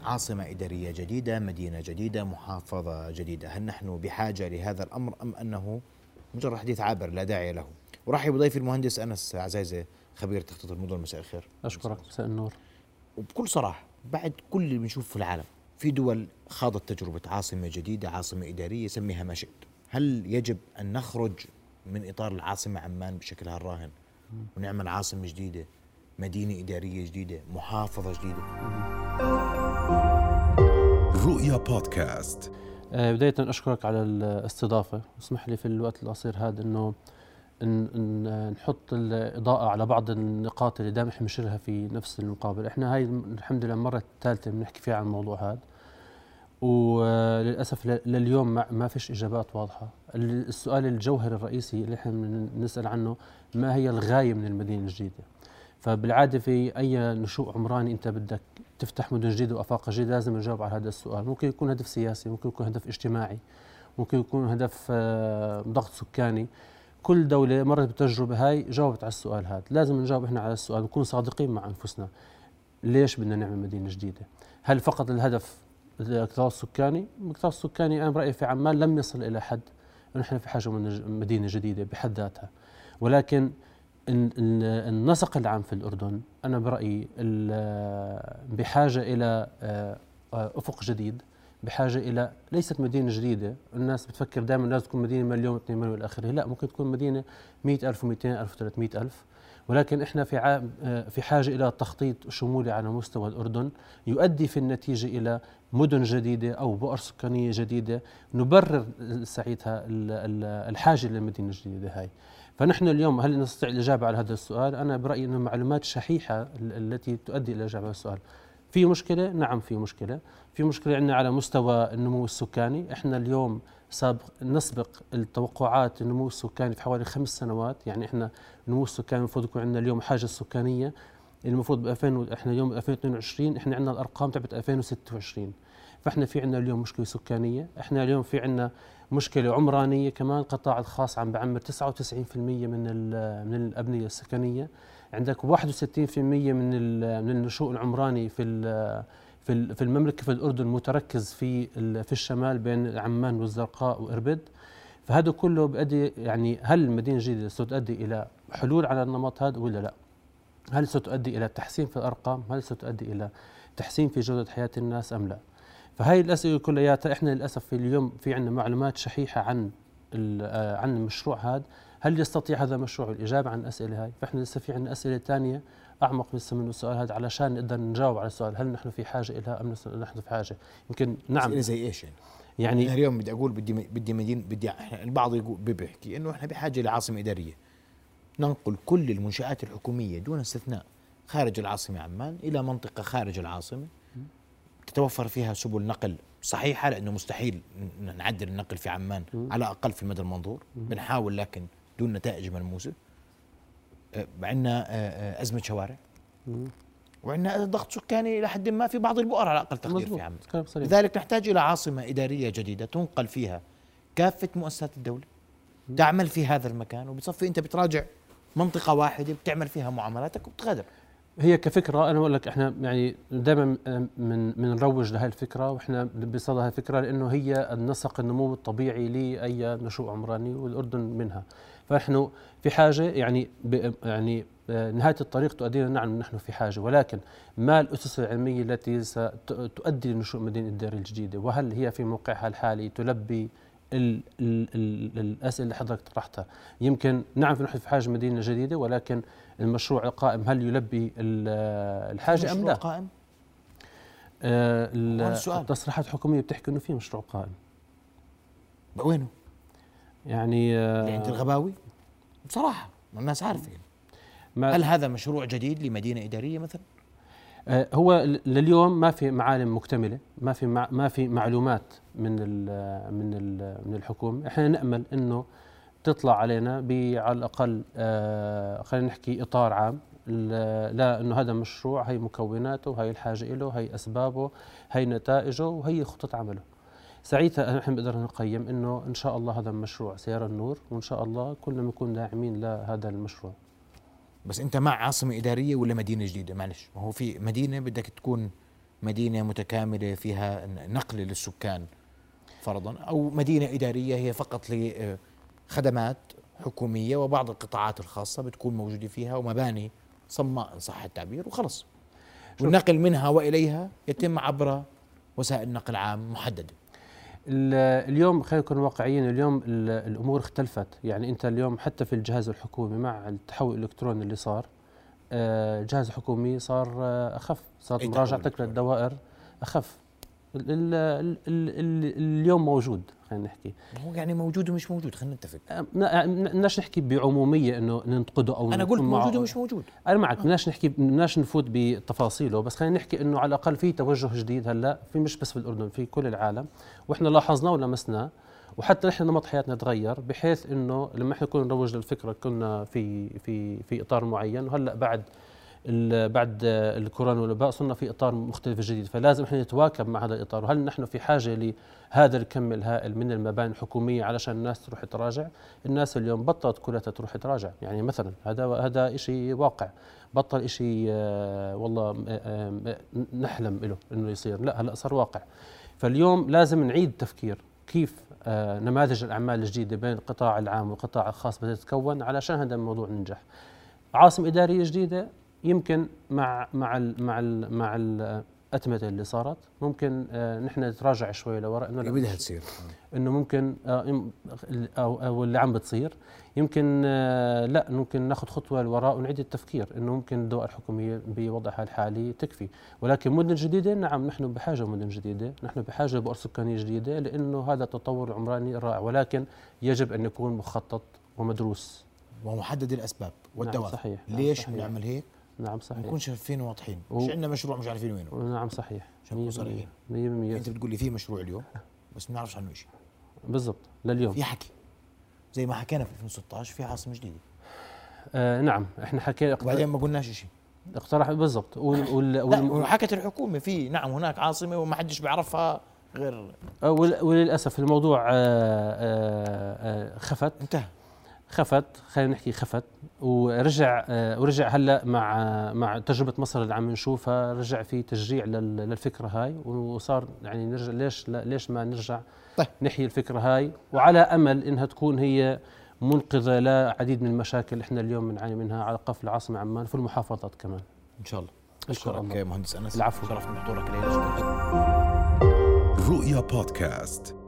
عاصمة إدارية جديدة، مدينة جديدة، محافظة جديدة، هل نحن بحاجة لهذا الأمر أم أنه مجرد حديث عابر لا داعي له؟ ورحب بضيفي المهندس أنس عزيزة، خبير تخطيط المدن. مساء الخير. أشكرك. مساء النور. وبكل صراحة بعد كل اللي بنشوف في العالم، في دول خاضت تجربة عاصمة جديدة، عاصمة إدارية، سميها ما شئت. هل يجب أن نخرج من إطار العاصمة عمان بشكلها الراهن ونعمل عاصمة جديدة، مدينة إدارية جديدة، محافظة جديدة؟ رؤيا بودكاست. بداية أشكرك على الاستضافة. اسمح لي في الوقت القصير هذا أنه نحط الإضاءة على بعض النقاط اللي دائما نشيرها في نفس المقابل. إحنا هاي الحمد لله المرة الثالثة بنحكي فيها عن الموضوع هذا، وللأسف لليوم ما فيش إجابات واضحة. السؤال الجوهري الرئيسي اللي احنا نسأل عنه، ما هي الغاية من المدينة الجديدة؟ فبالعادة في أي نشوء عمراني أنت بدك تفتح مدن جديدة وأفاق جديدة لازم نجاوب على هذا السؤال. ممكن يكون هدف سياسي، ممكن يكون هدف اجتماعي، ممكن يكون هدف ضغط سكاني. كل دولة مرت بالتجربة هاي جاوبت على السؤال هذا. لازم نجاوب إحنا على السؤال، نكون صادقين مع أنفسنا. ليش بدنا نعمل مدينة جديدة؟ هل فقط الهدف الاكتظاظ السكاني؟ الاكتظاظ السكاني أنا برأيي في عمان لم يصل إلى حد أنه إحنا في حاجة من مدينة جديدة بحد ذاتها، ولكن النسق العام في الأردن أنا برأيي بحاجة إلى أفق جديد، بحاجة إلى ليست مدينة جديدة. الناس بتفكر دائما لازم تكون مدينة مليون 2 مليون إلى آخره، لا، ممكن تكون مدينة 100,000 و200,000 و300,000، ولكن إحنا في حاجة إلى تخطيط شمولي على مستوى الأردن يؤدي في النتيجة إلى مدن جديدة أو بؤر سكانية جديدة نبرر ساعتها الحاجة للمدينة الجديدة هاي. فنحن اليوم هل نستطيع الإجابة على هذا السؤال؟ أنا برأيي أن معلومات شحيحة التي تؤدي إلى الإجابة على السؤال. في مشكلة؟ نعم في مشكلة. في مشكلة عندنا على مستوى النمو السكاني. إحنا اليوم نسبق التوقعات النمو السكاني في حوالي 5 سنوات. يعني إحنا النمو السكاني المفروض يكون عندنا اليوم حاجة السكانية المفروض إحنا اليوم 2022 إحنا عندنا الأرقام تبعت 2026. فإحنا في عندنا اليوم مشكلة سكانية. إحنا اليوم في عندنا مشكلة عمرانية كمان. القطاع الخاص عم بعمر 99% من الأبنية السكنية. عندك 61% من النشوء العمراني في المملكة في الأردن متركز في الشمال بين عمان والزرقاء وإربد. فهذا كله بيؤدي، يعني هل المدينة الجديدة ستؤدي إلى حلول على النمط هذا ولا لا؟ هل ستؤدي إلى تحسين في الأرقام؟ هل ستؤدي إلى تحسين في جودة حياة الناس أم لا؟ فهي الأسئلة كلياتها إحنا للأسف في اليوم في عندنا معلومات شحيحة عن المشروع هذا. هل يستطيع هذا المشروع الإجابة عن الأسئلة هاي؟ فإحنا لسه في عندنا أسئلة ثانية أعمق لسه من السؤال هذا علشان نقدر نجاوب على السؤال هل نحن في حاجة إلى أم نحن في حاجة. يمكن نعم. أسئلة زي إيش يعني اليوم بدي أقول بدي مدينة، البعض يقول بيحكي إنه إحنا بحاجة لعاصمة إدارية، ننقل كل المنشآت الحكومية دون استثناء خارج العاصمة عمان إلى منطقة خارج العاصمة تتوفر فيها سبل نقل صحيحة، لأنه مستحيل نعدل النقل في عمان على أقل في المدى المنظور. بنحاول لكن دون نتائج ملموسة. عندنا أزمة شوارع، وعندنا ضغط سكاني إلى حد ما في بعض البؤر على أقل تقدير في عمان. لذلك نحتاج إلى عاصمة إدارية جديدة تنقل فيها كافة مؤسسات الدولة تعمل في هذا المكان، وبتصفي أنت بتراجع منطقة واحدة بتعمل فيها معاملاتك وبتغادر. هي كفكرة أنا بقول لك إحنا يعني دائما نروج لهي الفكرة، وإحنا بصدد هاي الفكرة لأنه هي النسق النمو الطبيعي لأي نشوء عمراني والأردن منها. فنحن في حاجة يعني نهاية الطريق تؤدينا نعم نحن في حاجة، ولكن ما الأسس العلمية التي ستؤدي لنشوء مدينة الدائرة الجديدة، وهل هي في موقعها الحالي تلبي الأسئلة اللي حضرتك طرحتها؟ يمكن نعم نحن في حاجة مدينة جديدة، ولكن المشروع القائم هل يلبي الحاجة أم لا؟ قائم؟ التصريحات الحكومية بتحكي إنه في مشروع قائم. وينه؟ يعني عند الغباوي بصراحة الناس عارفين. هل هذا مشروع جديد لمدينة إدارية مثلا؟ هو لليوم ما في معالم مكتملة، ما في معلومات من الحكومة. احنا نأمل إنه تطلع علينا على الأقل خلينا نحكي إطار عام لا إنه هذا مشروع، هي مكوناته، هي الحاجة له، هي أسبابه، هي نتائجه، وهي خطة عمله. ساعتها نحن بنقدر نقيم إنه إن شاء الله هذا المشروع سيرى النور، وإن شاء الله كلنا بنكون داعمين لهذا المشروع. بس أنت مع عاصمة إدارية ولا مدينة جديدة؟ معلش، ما هو في مدينة بدك تكون مدينة متكاملة فيها نقل للسكان فرضا، أو مدينة إدارية هي فقط لخدمات حكومية وبعض القطاعات الخاصة بتكون موجودة فيها، ومباني صماء إن صح التعبير وخلص، والنقل منها وإليها يتم عبر وسائل نقل عام محددة. اليوم خلينا نكون واقعيين، اليوم الأمور اختلفت. يعني أنت اليوم حتى في الجهاز الحكومي مع التحول الإلكتروني اللي صار، الجهاز الحكومي صار أخف، صارت مراجعتك للدوائر أخف. اليوم موجود، خلينا نحكي هو يعني موجود ومش موجود، خلينا نتفق. بدناش نحكي بعمومية انه ننتقده او انا قلت موجود ومش موجود، انا معك، بدناش نحكي، بدناش نفوت بتفاصيله، بس خلينا نحكي انه على الاقل في توجه جديد هلا، في مش بس في الاردن، في كل العالم، واحنا لاحظناه ولمسناه، وحتى نحن نمط حياتنا تغير، بحيث انه لما احنا كنا نروج للفكره كنا في اطار معين، وهلا بعد الكورونا والوباء صرنا في اطار مختلف جديد، فلازم احنا نتواكب مع هذا الاطار. وهل نحن في حاجه لهذا الكم الهائل من المباني الحكوميه علشان الناس تروح تراجع؟ الناس اليوم بطلت كلها تروح تراجع، يعني مثلا هذا شيء واقع، بطل شيء والله نحلم له انه يصير، لا هلا صار واقع. فاليوم لازم نعيد تفكير كيف نماذج الاعمال الجديده بين القطاع العام والقطاع الخاص بدها تتكون علشان هذا الموضوع ينجح. عاصمه اداريه جديده يمكن مع الأتمتة اللي صارت ممكن نحن نتراجع شوي لوراء، انه بدها تصير، انه ممكن او اللي عم بتصير يمكن لا ممكن ناخذ خطوه لوراء ونعيد التفكير، انه ممكن الدوائر الحكوميه بوضعها الحالي تكفي، ولكن مدن جديده نعم نحن بحاجه مدن جديده، نحن بحاجه بؤر سكانيه جديده، لانه هذا التطور العمراني رائع، ولكن يجب ان يكون مخطط ومدروس ومحدد الاسباب والدوافع. نعم صحيح. ليش بنعمل هيك؟ نعم صحيح، نكون شايفين وواضحين، مش عندنا مشروع مش عارفين وينه. نعم صحيح 100%. انت بتقول لي في مشروع اليوم بس ما بنعرفش عنه شيء بالضبط لليوم، في حكي زي ما حكينا في 2016 في عاصمه جديده. نعم احنا حكينا وبعدين ما قلناش شيء، اقترح بالضبط وحكت الحكومه في نعم هناك عاصمه وما حدش بيعرفها غير، وللاسف الموضوع خفت، انتهى، خفت، خلينا نحكي خفت، ورجع هلا مع تجربه مصر اللي عم نشوفها، رجع في تشجيع للفكره هاي، وصار يعني نرجع ليش ما نرجع نحيي الفكره هاي، وعلى امل انها تكون هي منقذه لعديد من المشاكل اللي احنا اليوم بنعاني منها على قف العاصمه عمان وفي المحافظات كمان ان شاء الله. اشكرك مهندس انس، العفو، شرفنا بحضورك الليله. رؤيا بودكاست.